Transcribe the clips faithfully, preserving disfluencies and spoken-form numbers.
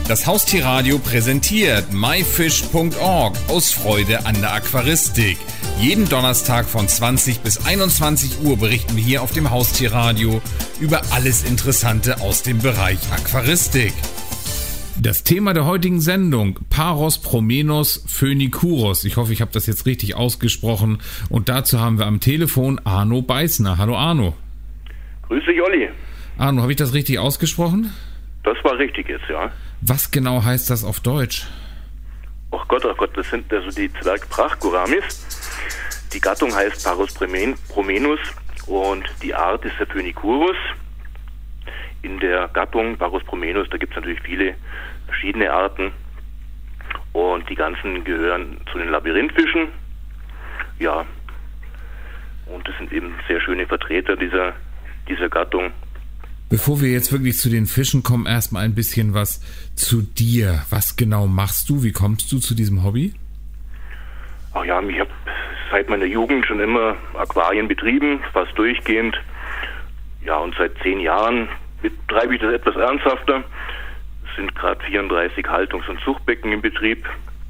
Das Haustierradio präsentiert myfish punkt org aus Freude an der Aquaristik. Jeden Donnerstag von zwanzig bis einundzwanzig Uhr berichten wir hier auf dem Haustierradio über alles Interessante aus dem Bereich Aquaristik. Das Thema der heutigen Sendung: Parospromenos phoenicuros. Ich hoffe, ich habe das jetzt richtig ausgesprochen. Und dazu haben wir am Telefon Arno Beißner. Hallo Arno. Grüß dich, Olli. Arno, habe ich das richtig ausgesprochen? Das war richtig jetzt, ja. Was genau heißt das auf Deutsch? Ach Gott, ach Gott, das sind also die Zwergprachgoramis. Die Gattung heißt Parospromenos und die Art ist der Phoenicurus. In der Gattung Parospromenos, da gibt es natürlich viele verschiedene Arten und die ganzen gehören zu den Labyrinthfischen. Ja, und das sind eben sehr schöne Vertreter dieser, dieser Gattung. Bevor wir jetzt wirklich zu den Fischen kommen, erstmal ein bisschen was zu dir. Was genau machst du? Wie kommst du zu diesem Hobby? Ach ja, ich habe seit meiner Jugend schon immer Aquarien betrieben, fast durchgehend. Ja, und seit zehn Jahren betreibe ich das etwas ernsthafter. Es sind gerade vierunddreißig Haltungs- und Zuchtbecken im Betrieb.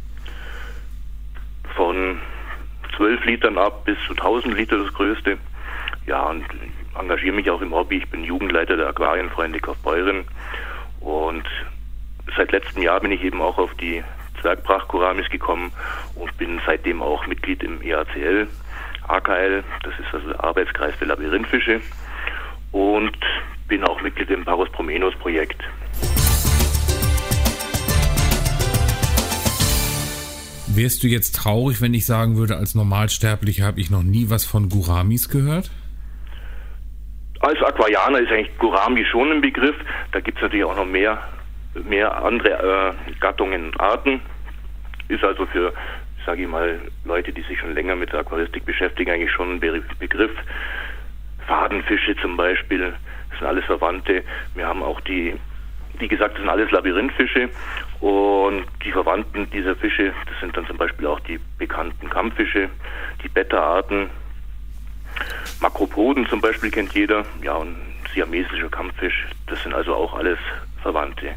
Von zwölf Litern ab bis zu tausend Liter das größte. Ja, und engagiere mich auch im Hobby. Ich bin Jugendleiter der Aquarienfreunde Kaufbeuren und seit letztem Jahr bin ich eben auch auf die Zwergprachgoramis gekommen und bin seitdem auch Mitglied im E A C L, A K L, das ist also der Arbeitskreis für Labyrinthfische, und bin auch Mitglied im Parospromenos Projekt. Wärst du jetzt traurig, wenn ich sagen würde, als Normalsterblicher habe ich noch nie was von Gouramis gehört? Als Aquarianer ist eigentlich Gourami schon ein Begriff. Da gibt es natürlich auch noch mehr, mehr andere äh, Gattungen und Arten. Ist also für, sage ich mal, Leute, die sich schon länger mit der Aquaristik beschäftigen, eigentlich schon ein Be- Begriff. Fadenfische zum Beispiel, das sind alles Verwandte. Wir haben auch die, wie gesagt, das sind alles Labyrinthfische. Und die Verwandten dieser Fische, das sind dann zum Beispiel auch die bekannten Kampffische, die Betta-Arten. Makropoden zum Beispiel kennt jeder, ja, und siamesischer Kampffisch, das sind also auch alles Verwandte.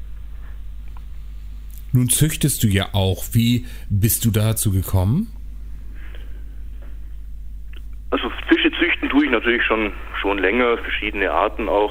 Nun züchtest du ja auch. Wie bist du dazu gekommen? Also Fische züchten tue ich natürlich schon, schon länger, verschiedene Arten auch.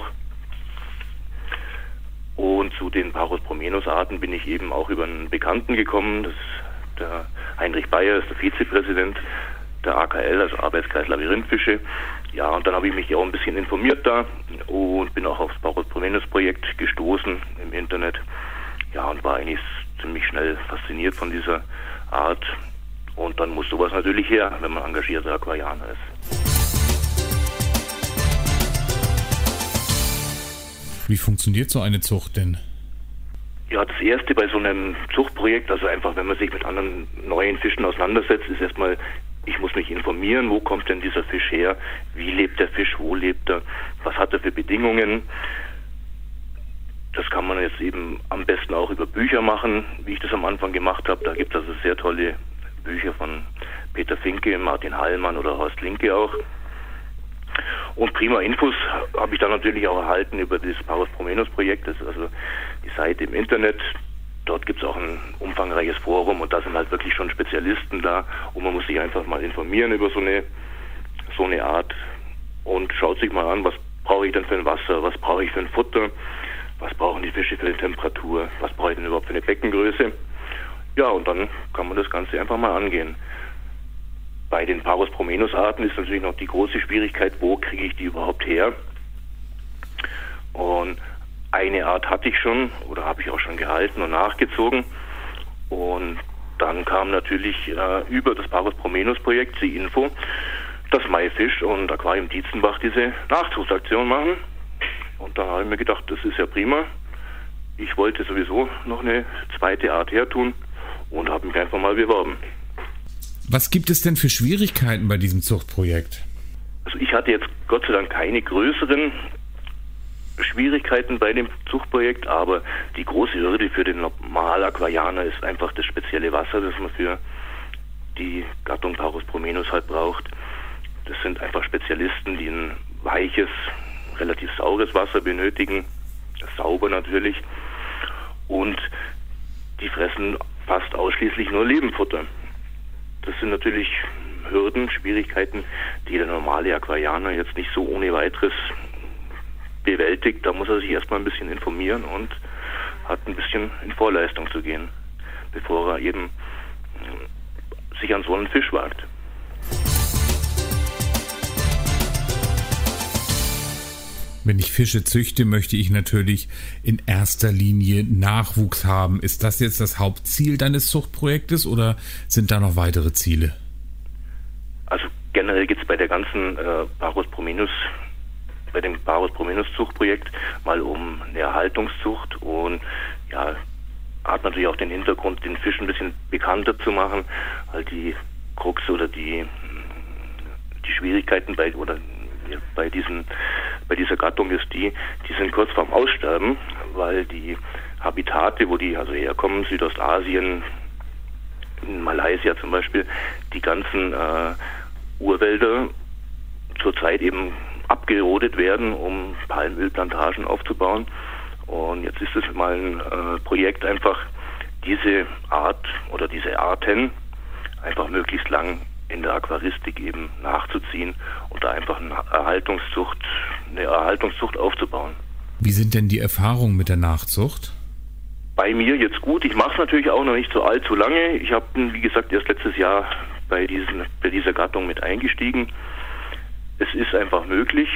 Und zu den Parospromenos-Arten bin ich eben auch über einen Bekannten gekommen. Das ist der Heinrich Bayer, ist der Vizepräsident der A K L, also Arbeitskreis Labyrinthfische. Ja, und dann habe ich mich auch ein bisschen informiert da und bin auch aufs Parospromenos-Projekt gestoßen im Internet. Ja, und war eigentlich ziemlich schnell fasziniert von dieser Art. Und dann muss sowas natürlich her, wenn man engagierter Aquarianer ist. Wie funktioniert so eine Zucht denn? Ja, das Erste bei so einem Zuchtprojekt, also einfach, wenn man sich mit anderen neuen Fischen auseinandersetzt, ist erstmal, ich muss mich informieren, wo kommt denn dieser Fisch her, wie lebt der Fisch, wo lebt er, was hat er für Bedingungen. Das kann man jetzt eben am besten auch über Bücher machen, wie ich das am Anfang gemacht habe. Da gibt es also sehr tolle Bücher von Peter Finke, Martin Hallmann oder Horst Linke auch. Und prima Infos habe ich dann natürlich auch erhalten über das Parospromenos-Projekt, das ist also die Seite im Internet. Dort gibt es auch ein umfangreiches Forum und da sind halt wirklich schon Spezialisten da und man muss sich einfach mal informieren über so eine, so eine Art und schaut sich mal an, was brauche ich denn für ein Wasser, was brauche ich für ein Futter, was brauchen die Fische für eine Temperatur, was brauche ich denn überhaupt für eine Beckengröße. Ja, und dann kann man das Ganze einfach mal angehen. Bei den Parospromenos-Arten ist natürlich noch die große Schwierigkeit, wo kriege ich die überhaupt her? Und eine Art hatte ich schon oder habe ich auch schon gehalten und nachgezogen. Und dann kam natürlich äh, über das Parospromenos-Projekt die Info, dass myfish und Aquarium Dietzenbach diese Nachzugsaktion machen. Und da habe ich mir gedacht, das ist ja prima. Ich wollte sowieso noch eine zweite Art hertun und habe mich einfach mal beworben. Was gibt es denn für Schwierigkeiten bei diesem Zuchtprojekt? Also ich hatte jetzt Gott sei Dank keine größeren Schwierigkeiten bei dem Zuchtprojekt, aber die große Hürde für den Normal-Aquarianer ist einfach das spezielle Wasser, das man für die Gattung Parospromenos halt braucht. Das sind einfach Spezialisten, die ein weiches, relativ saures Wasser benötigen, sauber natürlich. und die fressen fast ausschließlich nur Lebenfutter. Das sind natürlich Hürden, Schwierigkeiten, die der normale Aquarianer jetzt nicht so ohne weiteres bewältigt. Da muss er sich erstmal ein bisschen informieren und hat ein bisschen in Vorleistung zu gehen, bevor er eben sich an so einen Fisch wagt. Wenn ich Fische züchte, möchte ich natürlich in erster Linie Nachwuchs haben. Ist das jetzt das Hauptziel deines Zuchtprojektes oder sind da noch weitere Ziele? Also generell geht es bei der ganzen äh, Parus prominus, bei dem Parus prominus Zuchtprojekt mal um eine Erhaltungszucht und ja, hat natürlich auch den Hintergrund, den Fisch ein bisschen bekannter zu machen, halt die Krux oder die die Schwierigkeiten bei oder bei diesen bei dieser Gattung ist die, die sind kurz vorm Aussterben, weil die Habitate, wo die also herkommen, Südostasien, in Malaysia zum Beispiel, die ganzen äh, Urwälder zurzeit eben abgerodet werden, um Palmölplantagen aufzubauen. Und jetzt ist es mal ein äh, Projekt, einfach diese Art oder diese Arten einfach möglichst lang in der Aquaristik eben nachzuziehen und da einfach eine Erhaltungszucht, eine Erhaltungszucht aufzubauen. Wie sind denn die Erfahrungen mit der Nachzucht? Bei mir jetzt gut. Ich mache es natürlich auch noch nicht so allzu lange. Ich habe, wie gesagt, erst letztes Jahr bei, diesen, bei dieser Gattung mit eingestiegen. Es ist einfach möglich.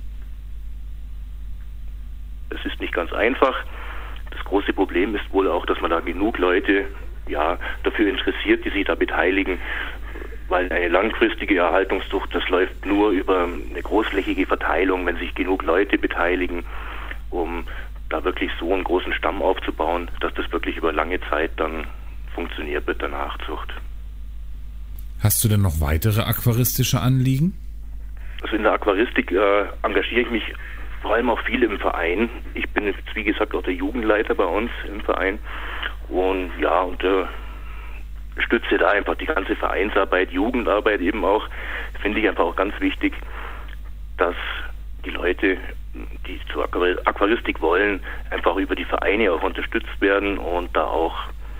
Es ist nicht ganz einfach. Das große Problem ist wohl auch, dass man da genug Leute ja, dafür interessiert, die sich da beteiligen. Weil eine langfristige Erhaltungszucht, das läuft nur über eine großflächige Verteilung, wenn sich genug Leute beteiligen, um da wirklich so einen großen Stamm aufzubauen, dass das wirklich über lange Zeit dann funktioniert mit der Nachzucht. Hast du denn noch weitere aquaristische Anliegen? Also in der Aquaristik äh, engagiere ich mich vor allem auch viel im Verein. Ich bin jetzt, wie gesagt, auch der Jugendleiter bei uns im Verein und ja, und äh, stütze da einfach die ganze Vereinsarbeit, Jugendarbeit eben auch, finde ich einfach auch ganz wichtig, dass die Leute, die zur Aquaristik wollen, einfach über die Vereine auch unterstützt werden und da auch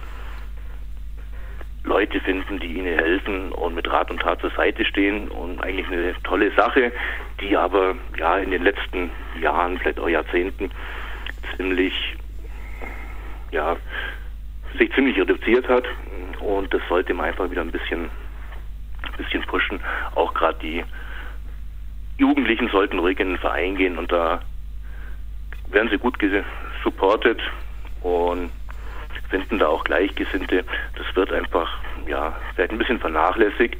Leute finden, die ihnen helfen und mit Rat und Tat zur Seite stehen und eigentlich eine tolle Sache, die aber ja in den letzten Jahren, vielleicht auch Jahrzehnten ziemlich ja sich ziemlich reduziert hat und das sollte man einfach wieder ein bisschen ein bisschen pushen. Auch gerade die Jugendlichen sollten ruhig in den Verein gehen und da werden sie gut supportet und finden da auch Gleichgesinnte. Das wird einfach, ja, vielleicht ein bisschen vernachlässigt.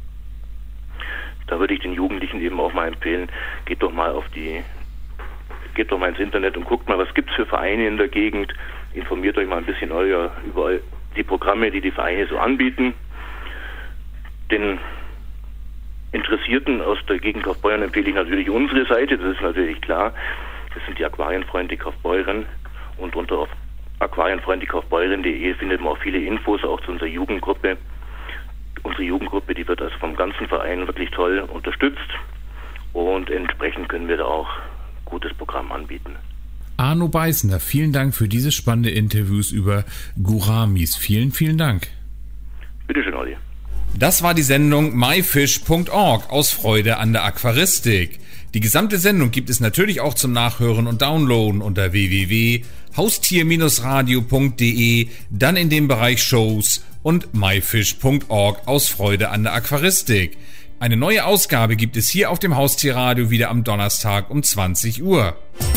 Da würde ich den Jugendlichen eben auch mal empfehlen, geht doch mal auf die, geht doch mal ins Internet und guckt mal, was gibt's für Vereine in der Gegend. Informiert euch mal ein bisschen euer, über die Programme, die die Vereine so anbieten. Den Interessierten aus der Gegend Kaufbeuren empfehle ich natürlich unsere Seite, das ist natürlich klar. Das sind die Aquarienfreunde Kaufbeuren und unter aquarienfreunde kaufbeuren punkt de findet man auch viele Infos, auch zu unserer Jugendgruppe. Unsere Jugendgruppe, die wird also vom ganzen Verein wirklich toll unterstützt und entsprechend können wir da auch gutes Programm anbieten. Arno Beißner, vielen Dank für diese spannende Interviews über Gouramis. Vielen, vielen Dank. Bitte schön, Olli. Das war die Sendung my fish punkt org aus Freude an der Aquaristik. Die gesamte Sendung gibt es natürlich auch zum Nachhören und Downloaden unter w w w punkt haustier radio punkt de, dann in dem Bereich Shows und my fish punkt org aus Freude an der Aquaristik. Eine neue Ausgabe gibt es hier auf dem Haustierradio wieder am Donnerstag um zwanzig Uhr.